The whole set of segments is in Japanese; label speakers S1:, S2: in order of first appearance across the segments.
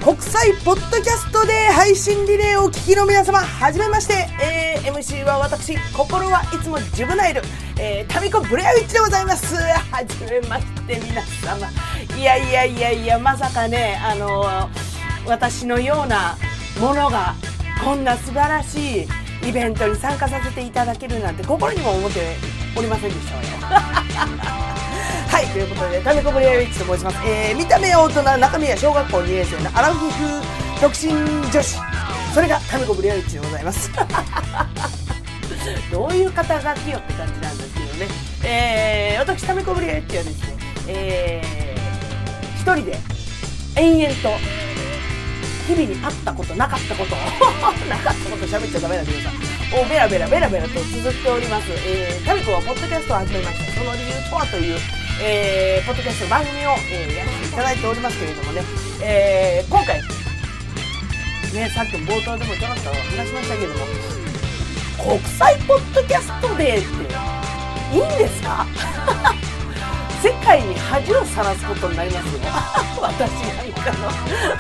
S1: 国際ポッドキャストで配信リレーをお聞きの皆様、はじめまして、MC は私、心はいつもジュブナイル、タミコブレアウィッチでございます。はじめまして皆様。いや、まさかね、私のようなものがこんな素晴らしいイベントに参加させていただけるなんて心にも思っておりませんでしたわよ。はい、ということでタミコブレアウィッチと申します。見た目は大人、中身は小学校2年生のアラフィフ独身女子、それがタミコブレアウィッチでございます。どういう肩書きよって感じなんですけどね。私タミコブレアウィッチはですね、一人で延々と日々にあったことなかったことなかったこと喋っちゃダメだけどさ、ベラベラと続っております。タミコはポッドキャストを始めました。その理由とはという、ポッドキャスト番組を、やらせていただいておりますけれどもね、今回ね、さっきも冒頭でもちょろっと話しましたけども、国際ポッドキャストデーっていいんですか？世界に恥をさらすことになりますよ。私なんかの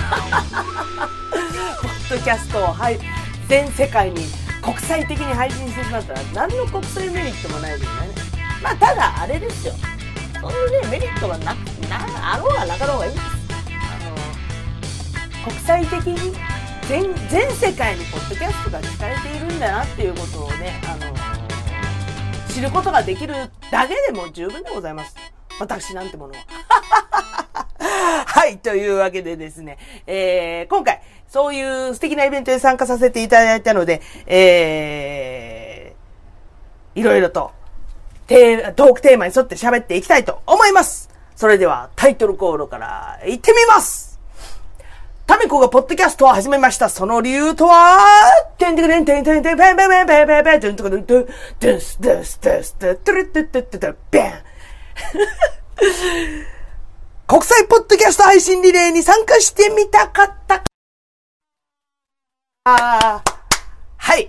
S1: ポッドキャストを、全世界に国際的に配信してしまったら何の国際メリットもないですよね。まあただあれですよ、そのねメリットがあろうがなかろうがいいんです。国際的に全世界にポッドキャストが聞かれているんだなっていうことをね、知ることができるだけでも十分でございます。私なんてものは。はい、というわけでですね、今回そういう素敵なイベントに参加させていただいたので、いろいろとトークテーマに沿って喋っていきたいと思います。それではタイトルコールから行ってみます。タミコがポッドキャストを始めました。その理由とは、てんてくれんてんてんてんぺんぺんぺんぺんぺんぺんてんてくれんてんてんすてんすてんすてんてるてってっててべん。国際ポッドキャスト配信リレーに参加してみたかった。はい、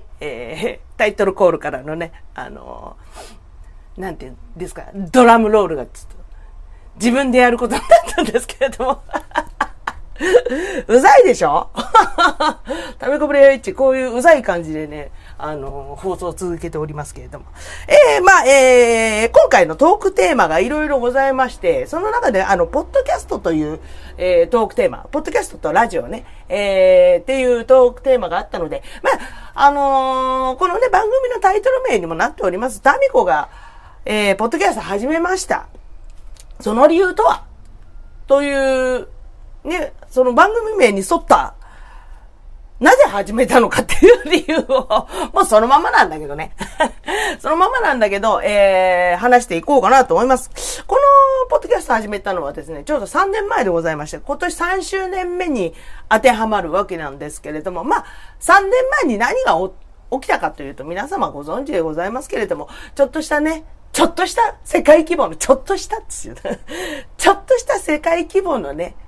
S1: タイトルコールからのね、なんていうんですか、ドラムロールがちょっと自分でやることになったんですけれども。うざいでしょ？タミコブレアウィッチ、こういううざい感じでね、放送を続けておりますけれども。今回のトークテーマがいろいろございまして、その中で、ポッドキャストという、トークテーマ、ポッドキャストとラジオね、っていうトークテーマがあったので、このね、番組のタイトル名にもなっております、タミコが、ポッドキャスト始めました。その理由とはという、ね、その番組名に沿った、なぜ始めたのかっていう理由を、もうそのままなんだけどね。そのままなんだけど、話していこうかなと思います。このポッドキャスト始めたのはですね、ちょうど3年前でございまして、今年3周年目に当てはまるわけなんですけれども、3年前に何が起きたかというと、皆様ご存知でございますけれども、ちょっとした世界規模の、ちょっとした世界規模のね、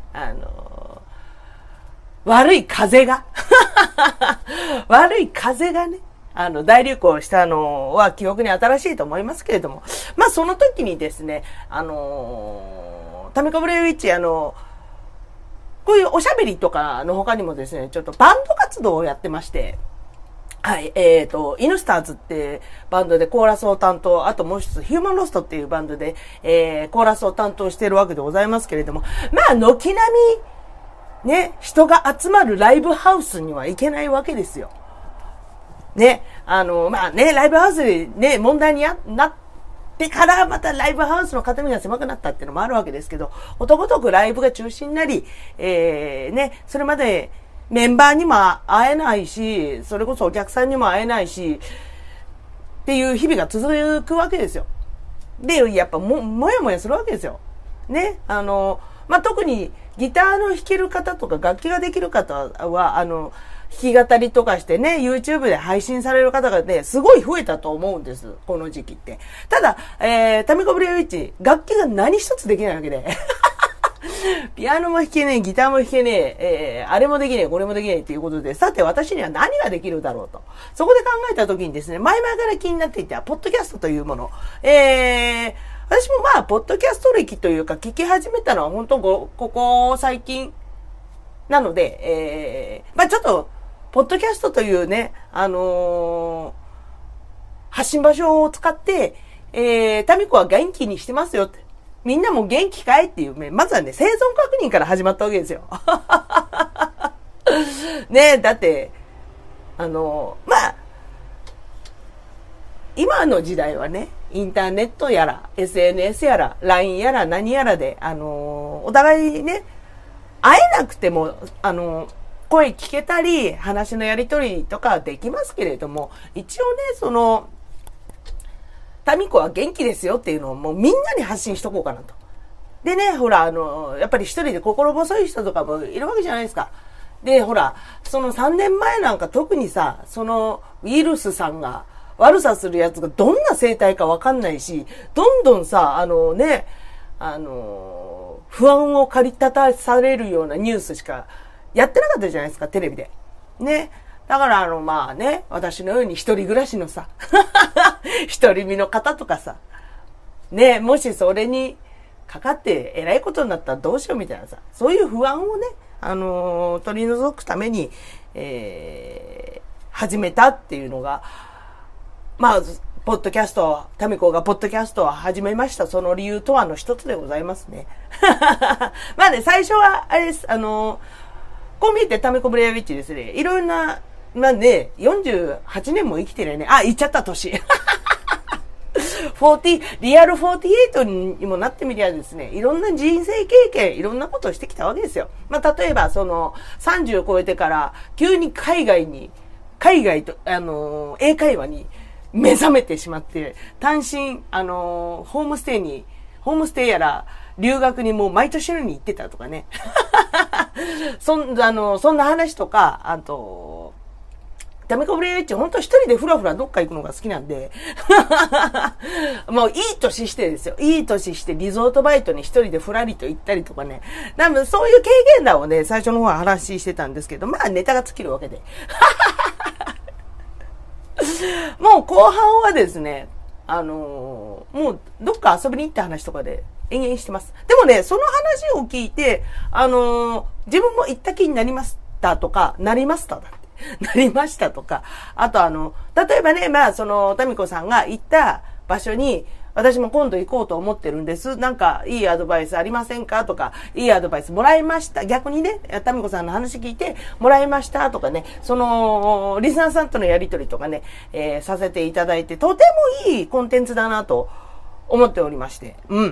S1: 悪い風がね、大流行したのは記憶に新しいと思いますけれども、その時にですね、タミコブレアウィッチ、こういうおしゃべりとかの他にもですね、ちょっとバンド活動をやってまして、はい、イヌスターズってバンドでコーラスを担当、あともう一つヒューマンロストっていうバンドで、コーラスを担当しているわけでございますけれども、軒並み、ね、人が集まるライブハウスには行けないわけですよ。ね、ライブハウスでね、問題になってから、またライブハウスの肩身が狭くなったっていうのもあるわけですけど、ことごとくライブが中止になり、それまで、メンバーにも会えないし、それこそお客さんにも会えないし、っていう日々が続くわけですよ。で、やっぱもやもやするわけですよ。ね。特にギターの弾ける方とか楽器ができる方は、弾き語りとかしてね、YouTube で配信される方がね、すごい増えたと思うんです。この時期って。ただ、タミコブレアウィッチ、楽器が何一つできないわけで。ピアノも弾けねえ、ギターも弾けねえ、あれもできねえ、これもできねえっていうことで、さて私には何ができるだろうと。そこで考えた時にですね、前々から気になっていた、ポッドキャストというもの。私もポッドキャスト歴というか、聞き始めたのは本当ここ最近、 なので、まあちょっと、ポッドキャストというね、発信場所を使って、タミコは元気にしてますよって。みんなも元気かいっていうね、まずはね、生存確認から始まったわけですよ。ねえ、だって、まあ、今の時代はね、インターネットやら、SNS やら、LINE やら何やらで、お互いね、会えなくても、声聞けたり、話のやりとりとかできますけれども、一応ね、タミコは元気ですよっていうのをもうみんなに発信しとこうかなと。でね、ほら、やっぱり一人で心細い人とかもいるわけじゃないですか。で、ほら、その3年前なんか特にさ、そのウイルスさんが悪さするやつがどんな生態かわかんないし、どんどんさ、不安を駆り立たされるようなニュースしかやってなかったじゃないですか、テレビで。ね。だからまあね、私のように一人暮らしのさ、一人身の方とかさ、ね、もしそれにかかって偉いことになったらどうしようみたいなさ、そういう不安をね、取り除くために、始めたっていうのが、まあ、ポッドキャスト、タミコがポッドキャストを始めました。その理由とはの一つでございますね。まあね、最初は、あれです、こう見えてタミコブレアウィッチですね。いろんな、まあね、48年も生きてるよね。あ、言っちゃった年。リアル48にもなってみりゃですね、いろんな人生経験、いろんなことをしてきたわけですよ。まあ、例えば、30を超えてから、急に海外と、英会話に目覚めてしまって、単身、ホームステイやら、留学にもう毎年のように行ってたとかね。そんな話とか、あと、タミコブレイウィッチ、ほんと一人でふらふらどっか行くのが好きなんで、もういい年してですよ。いい年してリゾートバイトに一人でふらりと行ったりとかね。そういう経験談をね、最初の方は話してたんですけど、まあネタが尽きるわけで。もう後半はですね、もうどっか遊びに行った話とかで延々してます。でもね、その話を聞いて、自分も行った気になりましたとか、なりましたとか、あと例えばね、まあタミコさんが行った場所に、私も今度行こうと思ってるんです。なんか、いいアドバイスありませんかとか、いいアドバイスもらいました。逆にね、タミコさんの話聞いて、もらいましたとかね、リスナーさんとのやりとりとかね、させていただいて、とてもいいコンテンツだなと思っておりまして。うん。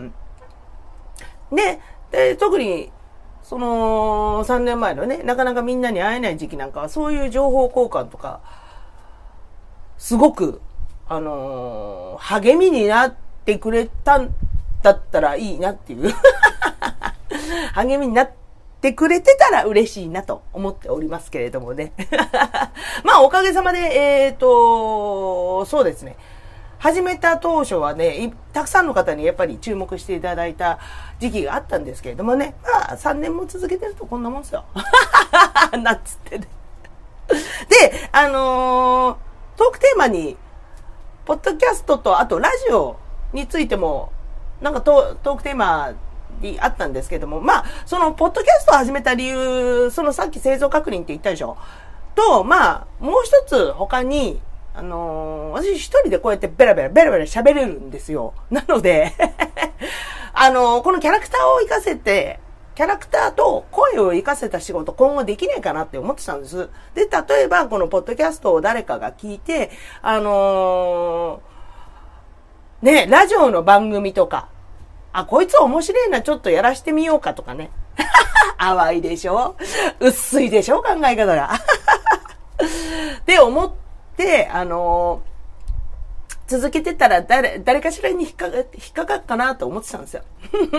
S1: で、特に、3年前のね、なかなかみんなに会えない時期なんかは、そういう情報交換とか、すごく、励みになってくれたんだったらいいなっていう。励みになってくれてたら嬉しいなと思っておりますけれどもね。まあ、おかげさまで、そうですね。始めた当初はね、たくさんの方にやっぱり注目していただいた時期があったんですけれどもね、まあ3年も続けてるとこんなもんですよ。なんつってね。で、トークテーマに、ポッドキャストとあとラジオについても、なんかトークテーマにあったんですけども、まあ、ポッドキャストを始めた理由、さっき製造確認って言ったでしょ。と、まあ、もう一つ他に、私一人でこうやってベラベラ喋れるんですよ。なので、このキャラクターを活かせて、キャラクターと声を活かせた仕事今後できないかなって思ってたんです。で、例えばこのポッドキャストを誰かが聞いて、ね、ラジオの番組とか、こいつ面白いな、ちょっとやらしてみようかとかね。淡いでしょ？薄いでしょ？考え方が。で、思って、続けてたら誰かしらに引っかかっかなと思ってたんですよ。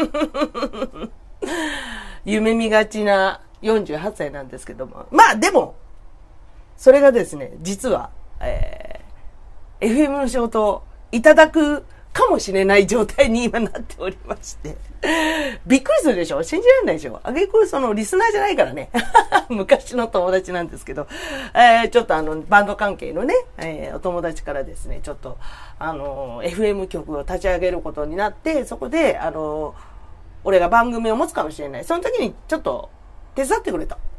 S1: 夢見がちな48歳なんですけども。まあでも、それがですね、実は、FM の仕事をいただくかもしれない状態に今なっておりまして。びっくりするでしょ？信じられないでしょ？あげくリスナーじゃないからね。昔の友達なんですけど、ちょっとバンド関係のね、お友達からですね、ちょっと、FM 局を立ち上げることになって、そこで、俺が番組を持つかもしれない。その時にちょっと手伝ってくれと。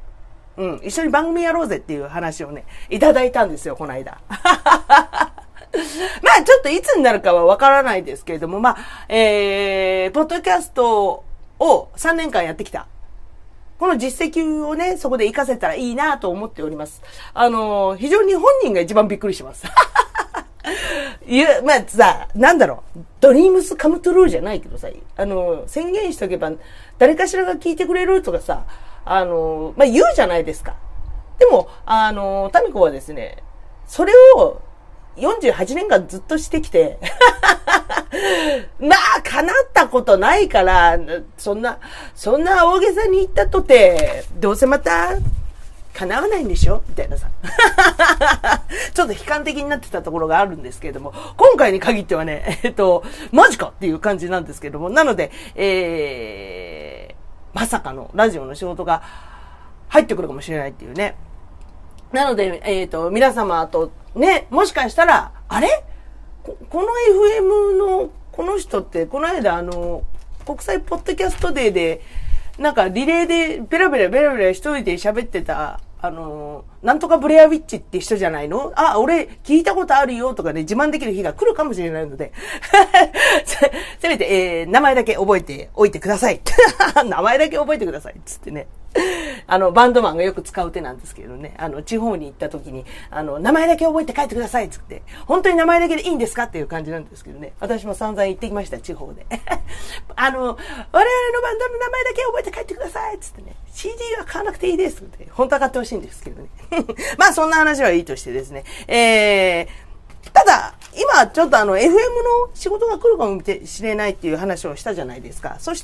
S1: 一緒に番組やろうぜっていう話をね、いただいたんですよ、この間。まあ、ちょっといつになるかはわからないですけれども、まあ、ポッドキャストを3年間やってきた。この実績をね、そこで活かせたらいいなと思っております。非常に本人が一番びっくりします。まあさ、なんだろう、ドリームスカムトゥルーじゃないけどさ、宣言しとけば誰かしらが聞いてくれるとかさ、まあ言うじゃないですか。でも、タミコはですね、それを48年間ずっとしてきて、まあ、叶ったことないから、そんな大げさに言ったとて、どうせまた、叶わないんでしょみたいなさ。ちょっと悲観的になってたところがあるんですけれども、今回に限ってはね、マジかっていう感じなんですけれども、なので、まさかのラジオの仕事が入ってくるかもしれないっていうね。なので、皆様とね、もしかしたら、あれこの FM のこの人って、この間国際ポッドキャストデーで、なんかリレーでベラベラ一人で喋ってた、なんとかブレアウィッチって人じゃないの？あ、俺聞いたことあるよとかね、自慢できる日が来るかもしれないので、せめて、名前だけ覚えておいてください。名前だけ覚えてください。つってね。バンドマンがよく使う手なんですけどね、地方に行った時に、名前だけ覚えて帰ってください。つって、本当に名前だけでいいんですかっていう感じなんですけどね。私も散々行ってきました、地方で。我々のバンドの名前だけ覚えて帰ってください。つってね、CD は買わなくていいです。って、本当は買ってほしいんですけどね。まあ、そんな話はいいとしてですね。ただ、今ちょっとFM の仕事が来るかもしれないっていう話をしたじゃないですか。そして、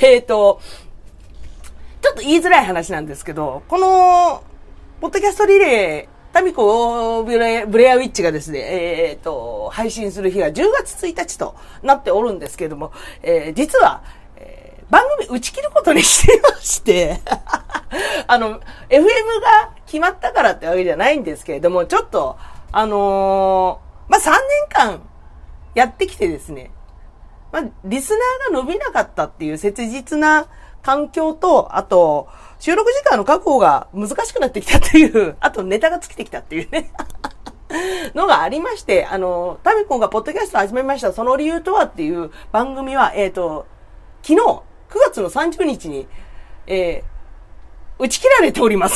S1: ちょっと言いづらい話なんですけど、この、ポッドキャストリレー、タミコブレアウィッチがですね、配信する日が10月1日となっておるんですけれども、実は、番組打ち切ることにしていまして、FM が決まったからってわけじゃないんですけれども、ちょっと、まあ、3年間やってきてですね、まあ、リスナーが伸びなかったっていう切実な環境と、あと、収録時間の確保が難しくなってきたっていう、あとネタが尽きてきたっていうね、のがありまして、タミコがポッドキャスト始めました、その理由とはっていう番組は、昨日、9月の30日に、打ち切られております。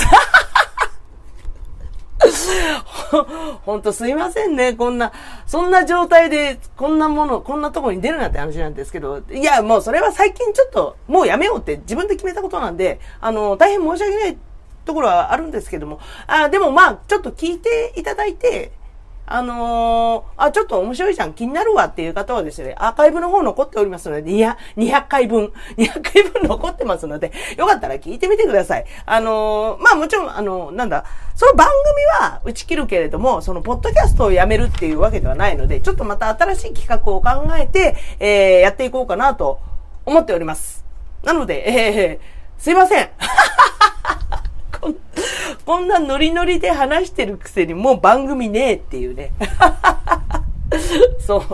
S1: ほんとすいませんね。そんな状態で、こんなところに出るなって話なんですけど、いや、もうそれは最近ちょっと、もうやめようって自分で決めたことなんで、大変申し訳ないところはあるんですけども、でもまあ、ちょっと聞いていただいて、ちょっと面白いじゃん、気になるわっていう方はですね、アーカイブの方残っておりますので、200回分残ってますので、よかったら聞いてみてください。まあもちろん、その番組は打ち切るけれども、そのポッドキャストをやめるっていうわけではないので、ちょっとまた新しい企画を考えて、やっていこうかなと思っております。なので、すいません。こんなノリノリで話してるくせにもう番組ねえっていうね。そう。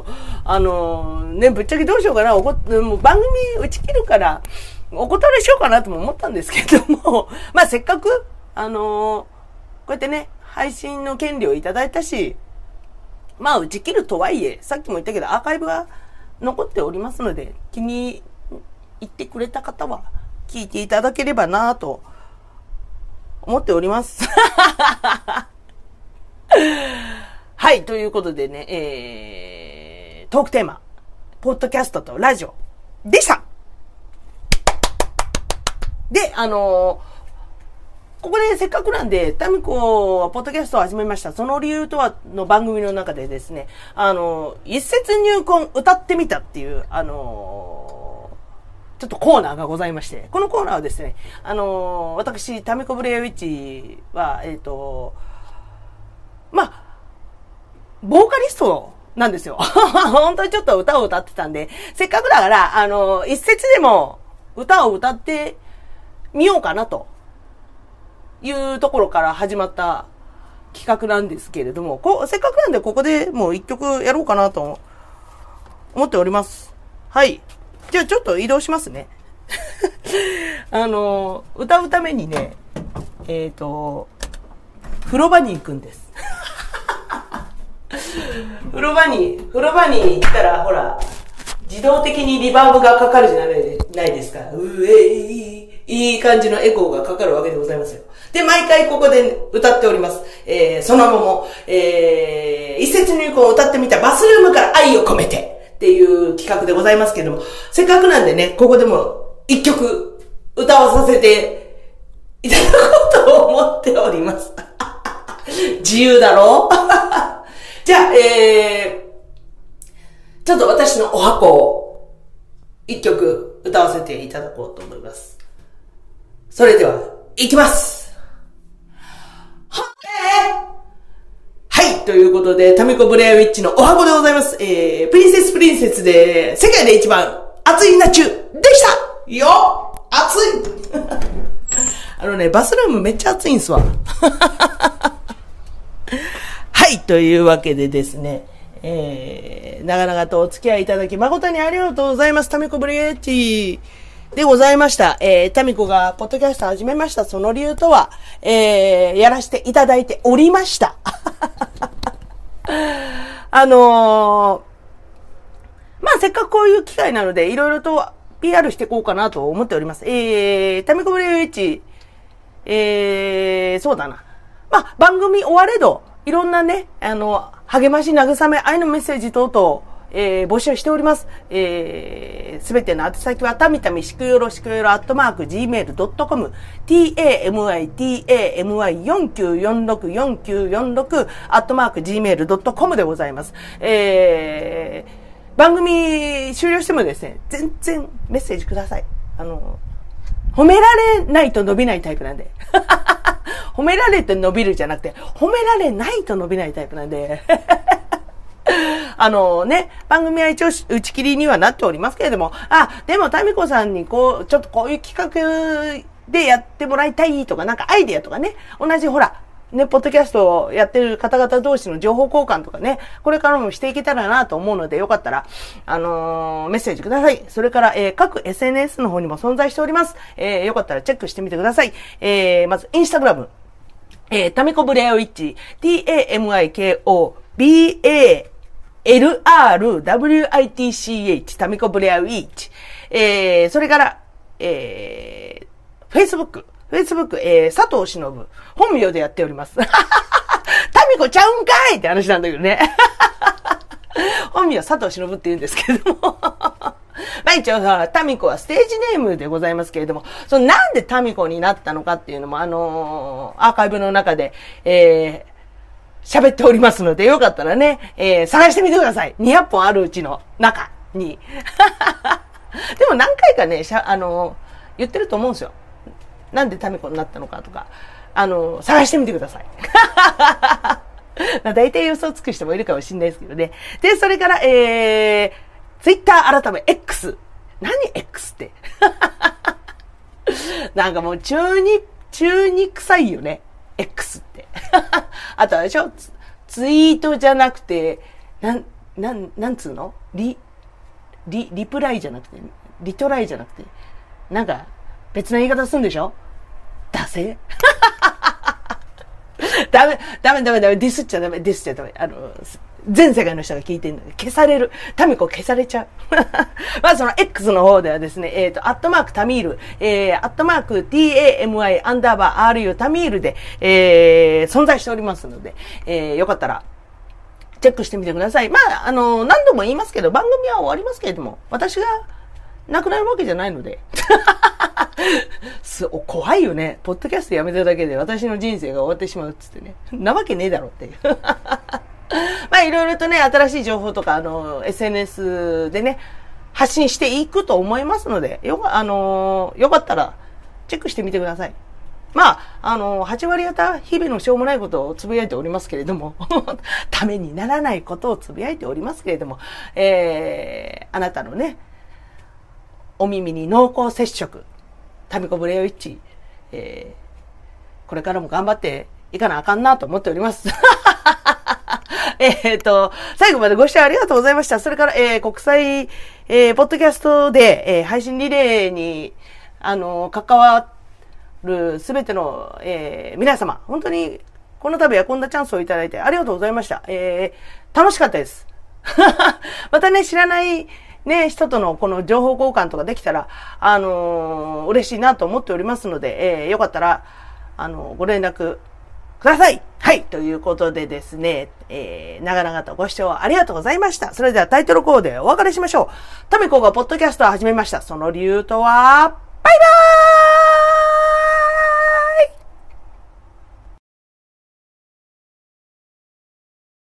S1: ね、ぶっちゃけどうしようかな。もう番組打ち切るから、お断りしようかなとも思ったんですけども、まあせっかく、こうやってね、配信の権利をいただいたし、まあ打ち切るとはいえ、さっきも言ったけどアーカイブが残っておりますので、気に入ってくれた方は聞いていただければなと思っております。はい、ということでね、トークテーマ、ポッドキャストとラジオでした。で、ここでせっかくなんで、タミコはポッドキャストを始めました。その理由とはの番組の中でですね、一節入魂歌ってみたっていう、ちょっとコーナーがございまして、このコーナーはですね、私、タミコブレアウィッチは、まあ、ボーカリストなんですよ。本当にちょっと歌を歌ってたんで、せっかくだから、一節でも歌を歌ってみようかなというところから始まった企画なんですけれども、せっかくなんでここでもう一曲やろうかなと思っております。はい。じゃあちょっと移動しますね。歌うためにね、 風呂場に行くんです。風呂場に行ったら、ほら、自動的にリバーブがかかるじゃないですか。いい感じのエコーがかかるわけでございますよ。で、毎回ここで歌っております。その後も、一節入魂を歌ってみたバスルームから愛を込めてっていう企画でございますけれども、せっかくなんでね、ここでも一曲歌わさせていただこうと思っております。自由だろうじゃあ、ちょっと私のお箱を一曲歌わせていただこうと思います。それでは、いきます。はい、ということで、タミコブレアウィッチのお箱でございます。プリンセスで、世界で一番熱いナチュでしたよ熱いバスルームめっちゃ暑いんすわ。はい、というわけでですね、長々とお付き合いいただき誠にありがとうございます。タミコブレアウィッチでございました。タミコがポッドキャスト始めました。その理由とは、やらせていただいておりました。まあ、せっかくこういう機会なので、いろいろと PR していこうかなと思っております。タミコブレウィッチ、そうだな。まあ、番組終われど、いろんなね、励まし、慰め、愛のメッセージ等々、募集しております。すべての宛先は、たみたみしくよろ@gmail.com、tammy49464946@gmail.com でございます。番組終了してもですね、全然メッセージください。褒められないと伸びないタイプなんで。褒められて伸びるじゃなくて、褒められないと伸びないタイプなんで。番組は一応打ち切りにはなっておりますけれども、でもタミコさんにちょっとこういう企画でやってもらいたいとか、なんかアイデアとかね、同じほら、ね、ポッドキャストをやってる方々同士の情報交換とかね、これからもしていけたらなと思うので、よかったら、メッセージください。それから、各 SNS の方にも存在しております。よかったらチェックしてみてください。まず、インスタグラム。タミコブレアウィッチ。TAMIKOBALRWITCH。タミコブレアウィッチ。それから、Facebook。佐藤忍。本名でやっております。タミコちゃうんかいって話なんだけどね。本名佐藤忍って言うんですけれども。まあ一応さ、タミコはステージネームでございますけれども、なんでタミコになったのかっていうのも、アーカイブの中で、喋っておりますので、よかったらね、探してみてください。200本あるうちの中に。でも何回かね、言ってると思うんですよ。なんでタミコになったのかとか、探してみてください。まあ大体予想つく人もいるかもしれないですけどね。で、それから、Twitter 改め X。何 X って。なんかもう中に臭いよね。X って。あとあれでしょツイートじゃなくて、なんつうのリプライじゃなくて、リトライじゃなくて、なんか、別な言い方するんでしょダセダメ。ディスっちゃダメ。全世界の人が聞いてるので、消される。タミコ消されちゃう。まあその X の方ではですね、タミール、@TAMI_RU タミールで、存在しておりますので、よかったら、チェックしてみてください。まあ、何度も言いますけど、番組は終わりますけれども、私が亡くなるわけじゃないので。怖いよね。ポッドキャストやめただけで私の人生が終わってしまうっつってね。なわけねえだろっていう。まあいろいろとね、新しい情報とか、SNS でね、発信していくと思いますので、よかったら、チェックしてみてください。まあ、8割方、日々のしょうもないことをつぶやいておりますけれども、ためにならないことをつぶやいておりますけれども、あなたのね、お耳に濃厚接触、タミコブレオイッチ、これからも頑張っていかなあかんなと思っております。最後までご視聴ありがとうございました。それから、国際、ポッドキャストで、配信リレーに、関わるすべての、皆様、本当にこの度はこんなチャンスをいただいてありがとうございました。楽しかったです。またね、知らないね、人とのこの情報交換とかできたら、嬉しいなと思っておりますので、よかったら、ご連絡ください。はい。ということでですね、長々とご視聴ありがとうございました。それではタイトルコールでお別れしましょう。タミコがポッドキャストを始めました。その理由とは、バイバーイ